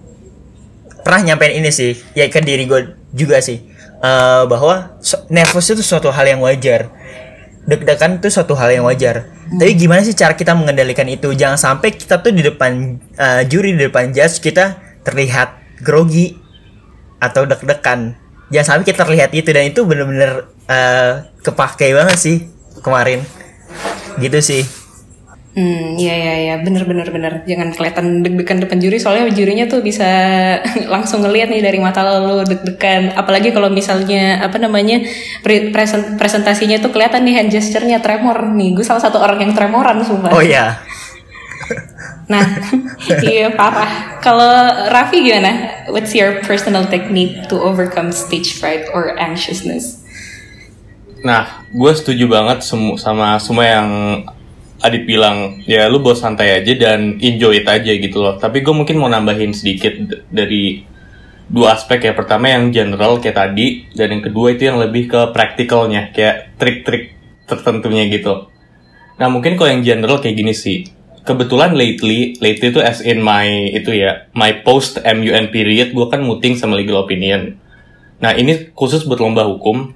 Speaker 2: pernah nyampein ini sih, ya ke diri gue juga sih, uh, bahwa so, nervous itu suatu hal yang wajar, deg-degan itu suatu hal yang wajar. Hmm. Tapi gimana sih cara kita mengendalikan itu? Jangan sampai kita tuh di depan uh, juri, di depan judge kita terlihat grogi atau deg-degan. Jangan sampai kita terlihat itu, dan itu bener-bener uh, kepakai banget sih kemarin. Gitu sih.
Speaker 1: Hmm, iya iya iya, bener bener bener. Jangan kelihatan deg-degan depan juri, soalnya jurinya tuh bisa langsung ngelihat nih dari mata lo deg-degan. Apalagi kalau misalnya apa namanya present, presentasinya tuh kelihatan nih hand gesture-nya tremor nih. Gue salah satu orang yang tremoran sumpah.
Speaker 2: Oh iya.
Speaker 1: Nah, iya parah. Kalau Raffi gimana? What's your personal technique to overcome stage fright or anxiousness?
Speaker 3: Nah, gue setuju banget semu- sama semua yang Adit bilang, ya lu bawa santai aja dan enjoy it aja gitu loh. Tapi gue mungkin mau nambahin sedikit d- dari dua aspek ya. Pertama yang general kayak tadi, dan yang kedua itu yang lebih ke practicalnya, kayak trik-trik tertentunya gitu. Nah mungkin kalau yang general kayak gini sih. Kebetulan lately, lately itu as in my itu ya, my post M U N period, gue kan muting sama legal opinion. Nah ini khusus buat lomba hukum.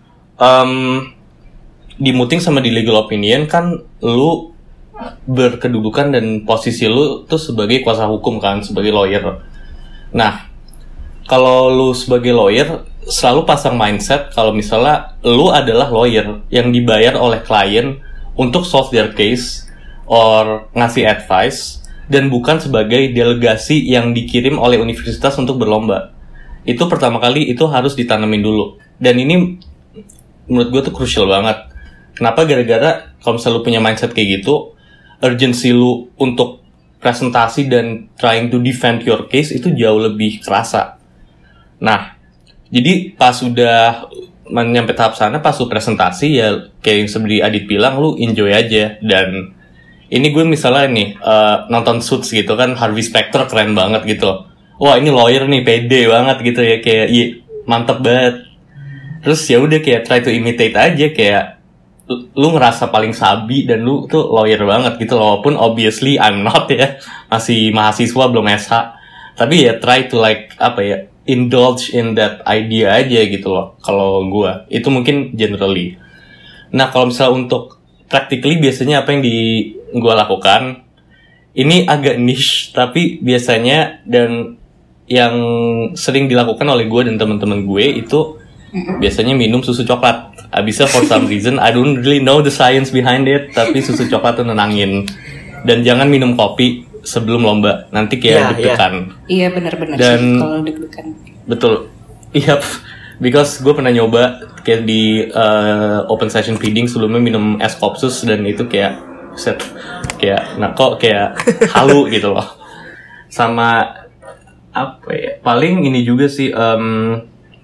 Speaker 3: Um, di muting sama di legal opinion kan lu berkedudukan dan posisi lu tuh sebagai kuasa hukum kan, sebagai lawyer. Nah, kalau lu sebagai lawyer selalu pasang mindset kalau misalnya lu adalah lawyer yang dibayar oleh klien untuk solve their case or ngasih advice, dan bukan sebagai delegasi yang dikirim oleh universitas untuk berlomba. Itu pertama kali itu harus ditanamin dulu. Dan ini menurut gue tuh crucial banget. Kenapa? Gara-gara kalau misalnya lu punya mindset kayak gitu, urgency lu untuk presentasi dan trying to defend your case itu jauh lebih kerasa. Nah, jadi pas udah nyampe tahap sana, pas lu presentasi ya kayak yang seperti Adit bilang, lu enjoy aja. Dan ini gue misalnya nih uh, nonton Suits gitu kan, Harvey Specter keren banget gitu. Wah ini lawyer nih, pede banget gitu ya, kayak iya, mantep banget. Terus ya udah kayak try to imitate aja, kayak lu ngerasa paling sabi dan lu tuh lawyer banget gitu, walaupun obviously I'm not ya, masih mahasiswa belum S H, tapi ya try to like apa ya, indulge in that idea aja gitu loh. Kalau gua itu mungkin generally. Nah kalau misalnya untuk practically biasanya apa yang di gua lakukan, ini agak niche tapi biasanya dan yang sering dilakukan oleh gua dan teman-teman gue itu biasanya minum susu coklat. Abisnya for some reason I don't really know the science behind it, tapi susu coklat tuh nenangin. Dan jangan minum kopi sebelum lomba, nanti kayak yeah, deg-degan.
Speaker 1: Iya yeah, benar-benar
Speaker 3: dan
Speaker 1: sih kalau deg-degan.
Speaker 3: Betul. Iya, yep. Because gue pernah nyoba kayak di uh, open session pleading sebelumnya minum es kopsus, dan itu kayak set kayak nah kok kayak halu gitu loh. Sama apa ya? Paling ini juga sih um,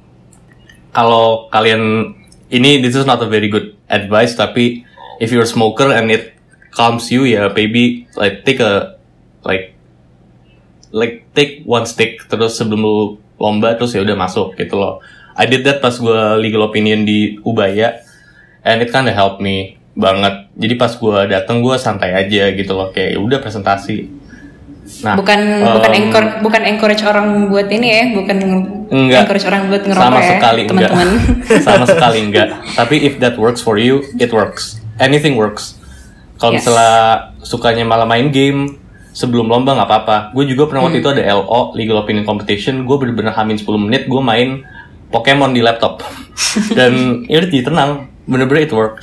Speaker 3: kalau kalian ini, this is not a very good advice, tapi if you're a smoker and it calms you, ya maybe like take a like like take one stick terus sebelum lu lomba, terus ya udah masuk gitu loh. I did that pas gue legal opinion di Ubaya, and it kinda helped me banget. Jadi pas gue dateng gue santai aja gitu loh, kayak ya udah presentasi. Nah,
Speaker 1: bukan um, bukan encourage bukan encourage orang buat ini ya, bukan
Speaker 3: enggak,
Speaker 1: encourage orang buat ngerokok
Speaker 3: sama
Speaker 1: ya,
Speaker 3: sekali
Speaker 1: teman-teman.
Speaker 3: Enggak. Sama sekali enggak. Tapi if that works for you, it works. Anything works. Kalau yes. misalnya sukanya malah main game sebelum lomba nggak apa-apa. Gue juga pernah hmm. waktu itu ada L O, Legal Opinion Competition. Gue bener-bener hamin sepuluh menit gue main Pokemon di laptop. Dan ya udah jadi tenang. Bener-bener it worked.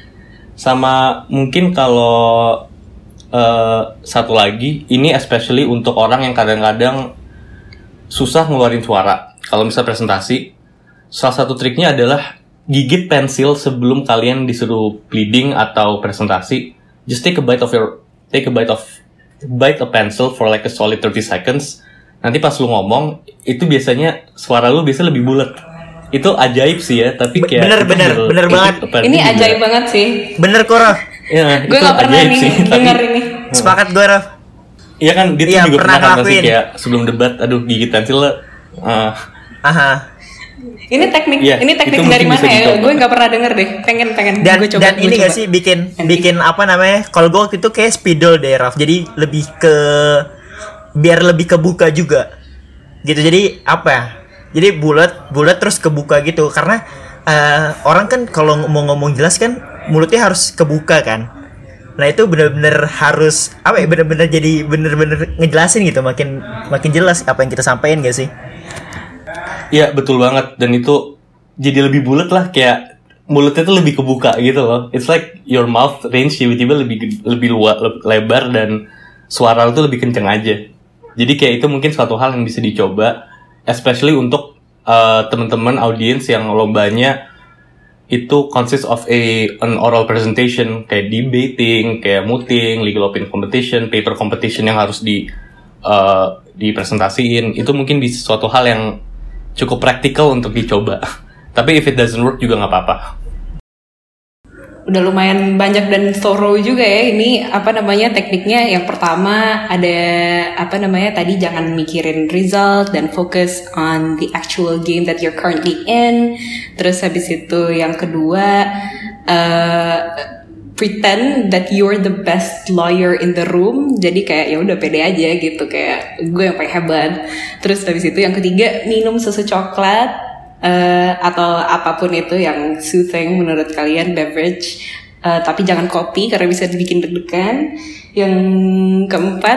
Speaker 3: Sama mungkin kalau Uh, satu lagi, ini especially untuk orang yang kadang-kadang susah ngeluarin suara kalau misalnya presentasi. Salah satu triknya adalah gigit pensil sebelum kalian disuruh pleading atau presentasi. Just take a bite of your take a bite of bite a pencil for like a solid thirty seconds. Nanti pas lu ngomong, itu biasanya suara lu biasanya lebih bulat. Itu ajaib sih ya, tapi kayak
Speaker 2: bener bener bener, bener banget.
Speaker 1: Ini ajaib juga. Banget sih.
Speaker 2: Bener Kora.
Speaker 3: Ya,
Speaker 1: gue gak pernah nih
Speaker 3: sih,
Speaker 1: denger ini.
Speaker 2: Sepakat gue, Raf.
Speaker 3: Iya kan, dia tuh
Speaker 2: ya,
Speaker 3: juga pernah kan
Speaker 2: sih
Speaker 3: kayak sebelum debat, aduh gigit pensil lah. Uh.
Speaker 2: Aha.
Speaker 1: Ini teknik,
Speaker 3: yeah,
Speaker 1: ini teknik dari mana ya? Gue nggak pernah denger deh. Pengen, pengen.
Speaker 2: Dan,
Speaker 1: gue coba,
Speaker 2: dan ini
Speaker 1: coba.
Speaker 2: gak sih bikin, bikin apa namanya? Kalau gue waktu itu kayak spidol deh, Raf. Jadi lebih ke, biar lebih kebuka juga, gitu. Jadi apa ya? Jadi bulat, bulat terus kebuka gitu. Karena uh, orang kan kalau mau ngomong jelas kan mulutnya harus kebuka kan. Nah itu benar-benar harus apa ya? Benar-benar jadi benar-benar ngejelasin gitu. Makin makin jelas apa yang kita sampaikan gak sih?
Speaker 3: Iya betul banget, dan itu jadi lebih bulat lah, kayak mulutnya tuh lebih kebuka gitu loh. It's like your mouth range tiba-tiba lebih lebih luas, lebar, dan suara lu tuh lebih kenceng aja. Jadi kayak itu mungkin suatu hal yang bisa dicoba, especially untuk uh, teman-teman audiens yang lombanya itu consist of a an oral presentation, kayak debating, kayak mooting, legal opinion competition, paper competition yang harus di uh, dipresentasiin. Itu mungkin bisa suatu hal yang cukup praktikal untuk dicoba. Tapi if it doesn't work juga nggak apa-apa.
Speaker 1: Udah lumayan banyak dan thorough juga ya. Ini apa namanya tekniknya? Yang pertama ada apa namanya tadi, jangan mikirin result dan focus on the actual game that you're currently in. Terus habis itu yang kedua, uh, pretend that you're the best lawyer in the room. Jadi kayak ya udah pede aja gitu, kayak gue yang paling hebat. Terus habis itu yang ketiga, minum susu coklat uh, atau apapun itu yang soothing menurut kalian, beverage. Uh, tapi jangan kopi karena bisa dibikin deg-degan. Yang keempat,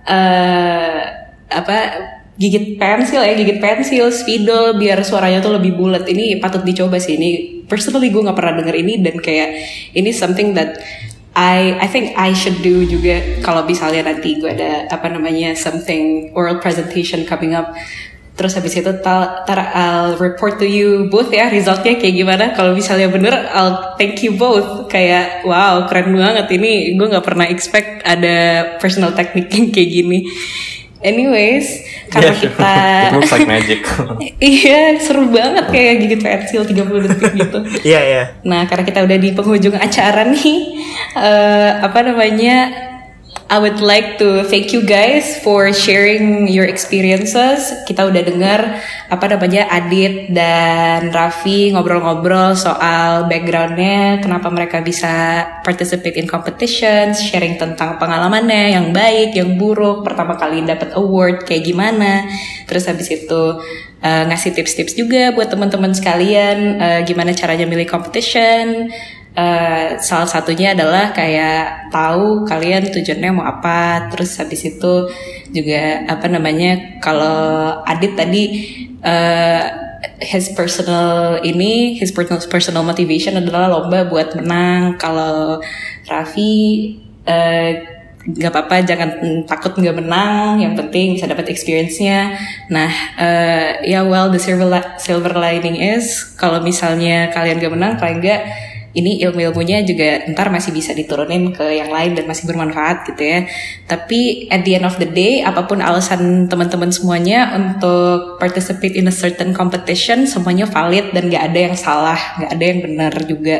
Speaker 1: uh, apa gigit pensil ya, gigit pensil, spidol biar suaranya tuh lebih bulat. Ini patut dicoba sih. Ini personally gue nggak pernah denger ini, dan kayak ini something that I I think I should do juga kalau misalnya nanti gue ada apa namanya something oral presentation coming up. Terus habis itu tar, tar I'll report to you both ya resultnya kayak gimana. Kalau misalnya bener, I'll thank you both. Kayak wow keren banget, ini gue nggak pernah expect ada personal technique yang kayak gini. Anyways, karena yeah, kita
Speaker 3: it looks like magic.
Speaker 1: Iya, seru banget kayak gigit pensil tiga puluh detik gitu.
Speaker 2: Iya, yeah, iya. Yeah.
Speaker 1: Nah, karena kita udah di penghujung acara nih, uh, apa namanya? I would like to thank you guys for sharing your experiences. Kita udah dengar apa namanya Adit dan Raffi ngobrol-ngobrol soal backgroundnya, kenapa mereka bisa participate in competitions, sharing tentang pengalamannya yang baik, yang buruk, pertama kali dapat award kayak gimana. Terus habis itu uh, ngasih tips-tips juga buat teman-teman sekalian uh, gimana caranya milih competition. Uh, salah satunya adalah kayak tahu kalian tujuannya mau apa. Terus habis itu juga apa namanya, kalau Adit tadi uh, his personal ini his personal personal motivation adalah lomba buat menang. Kalau Raffi uh, nggak apa-apa, jangan takut nggak menang, yang penting bisa dapat experience-nya. Nah, uh, ya yeah, well the silver li- silver lining is kalau misalnya kalian nggak menang, paling nggak ini ilmu-ilmunya juga ntar masih bisa diturunin ke yang lain dan masih bermanfaat gitu ya. Tapi at the end of the day, apapun alasan teman-teman semuanya untuk participate in a certain competition, semuanya valid dan gak ada yang salah, gak ada yang benar juga.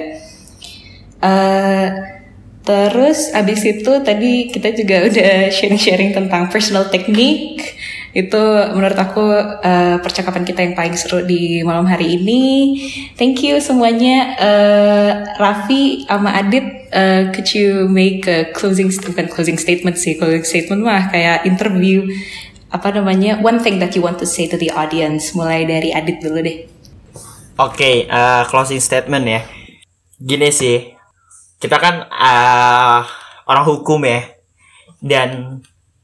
Speaker 1: Uh, terus abis itu tadi kita juga udah sharing-sharing tentang personal technique. Itu menurut aku uh, percakapan kita yang paling seru di malam hari ini. Thank you semuanya. uh, Raffi sama Adit, uh, could you make a closing bukan closing statement sih, closing statement mah kayak interview, apa namanya, one thing that you want to say to the audience. Mulai dari Adit dulu deh.
Speaker 2: Oke, okay, uh, closing statement ya. Gini sih, kita kan uh, orang hukum ya, dan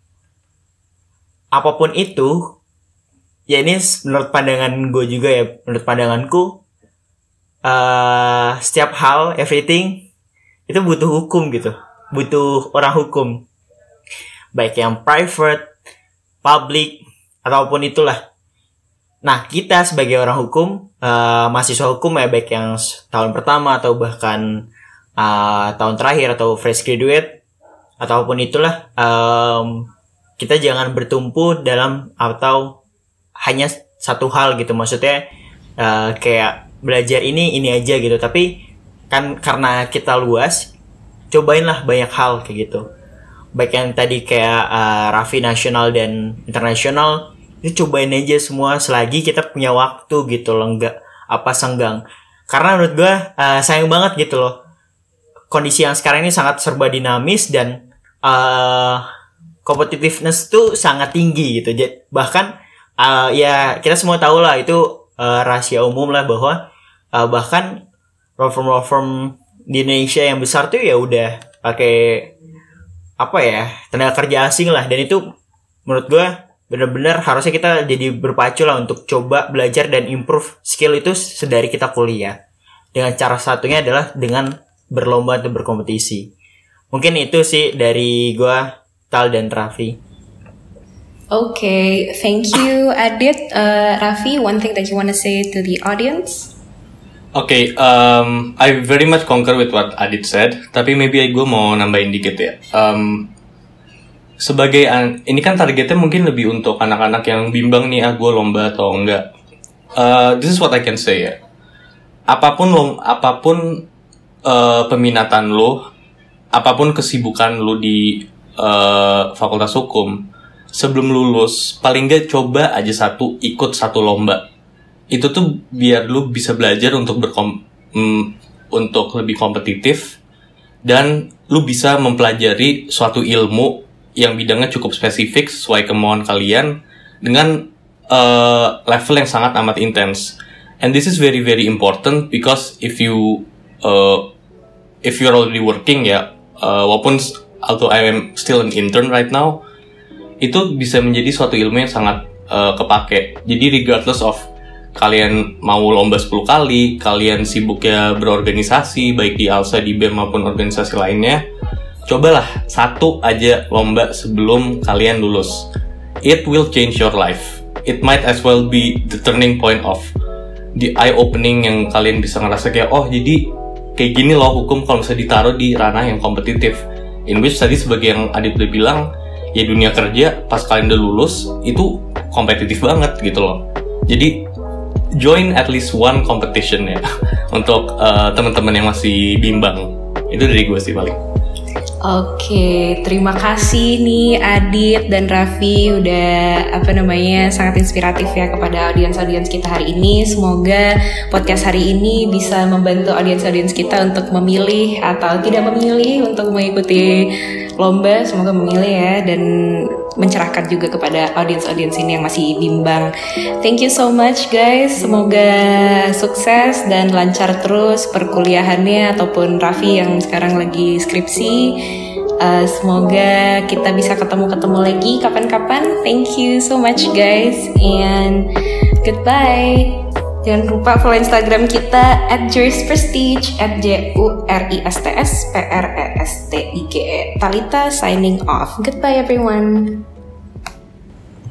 Speaker 2: apapun itu, ya ini menurut pandangan gue juga ya, menurut pandanganku, uh, setiap hal, everything, itu butuh hukum gitu. Butuh orang hukum. Baik yang private, public, ataupun itulah. Nah, kita sebagai orang hukum, uh, mahasiswa hukum ya, baik yang tahun pertama atau bahkan uh, tahun terakhir atau fresh graduate, ataupun itulah, um, kita jangan bertumpu dalam atau hanya satu hal gitu. Maksudnya uh, kayak belajar ini ini aja gitu. Tapi kan karena kita luas, cobainlah banyak hal kayak gitu. Baik yang tadi kayak uh, Raffi nasional dan internasional, ini cobain aja semua selagi kita punya waktu gitu loh, nggak apa senggang. Karena menurut gue uh, sayang banget gitu loh, kondisi yang sekarang ini sangat serba dinamis dan uh, competitiveness tuh sangat tinggi gitu. Bahkan uh, ya kita semua tahu lah itu uh, rahasia umum lah bahwa uh, bahkan law firm law firm di Indonesia yang besar tuh ya udah pakai apa ya, tenaga kerja asing lah. Dan itu menurut gue benar-benar harusnya kita jadi berpacu lah untuk coba belajar dan improve skill itu sedari kita kuliah. Dengan cara satunya adalah dengan berlomba atau berkompetisi. Mungkin itu sih dari gue, Tal dan Raffi.
Speaker 1: Okay, thank you Adit. Uh, Raffi, one thing that you want to say to the audience?
Speaker 3: Okay, um, I very much concur with what Adit said, tapi maybe gue mau nambahin dikit ya. Um, sebagai an- ini kan targetnya mungkin lebih untuk anak-anak yang bimbang nih, ah gue lomba atau enggak. Uh, this is what I can say ya. Apapun lo, apapun uh, peminatan lo, apapun kesibukan lo di uh, Fakultas Hukum, sebelum lulus paling nggak coba aja satu ikut satu lomba. Itu tuh biar lu bisa belajar untuk berkom mm, untuk lebih kompetitif, dan lu bisa mempelajari suatu ilmu yang bidangnya cukup spesifik sesuai kemauan kalian dengan uh, level yang sangat amat intens. And this is very very important because if you uh, if you're already working ya, uh, walaupun although I am still an intern right now, itu bisa menjadi suatu ilmu yang sangat uh, kepake. Jadi regardless of kalian mau lomba sepuluh kali, kalian sibuk ya berorganisasi, baik di ALSA, di B E M maupun organisasi lainnya, cobalah satu aja lomba sebelum kalian lulus. It will change your life. It might as well be the turning point of the eye-opening yang kalian bisa ngerasa kayak, oh jadi kayak gini loh hukum kalau bisa ditaruh di ranah yang kompetitif. In which tadi sebagai yang Adit udah bilang, ya dunia kerja pas kalian udah lulus, itu kompetitif banget gitu loh. Jadi join at least one competition ya untuk uh, teman-teman yang masih bimbang. Itu dari gue sih paling.
Speaker 1: Oke, terima kasih nih Adit dan Raffi udah apa namanya sangat inspiratif ya kepada audiens-audiens kita hari ini. Semoga podcast hari ini bisa membantu audiens-audiens kita untuk memilih atau tidak memilih untuk mengikuti lomba. Semoga memilih ya, dan mencerahkan juga kepada audiens-audiens ini yang masih bimbang. Thank you so much guys. Semoga sukses dan lancar terus perkuliahannya, ataupun Raffi yang sekarang lagi skripsi. Uh, semoga kita bisa ketemu-ketemu lagi kapan-kapan. Thank you so much guys, and goodbye. Jangan lupa follow Instagram kita at jurisprestige, at J U R I S T S P R E S T I G E. Talita signing off. Goodbye everyone.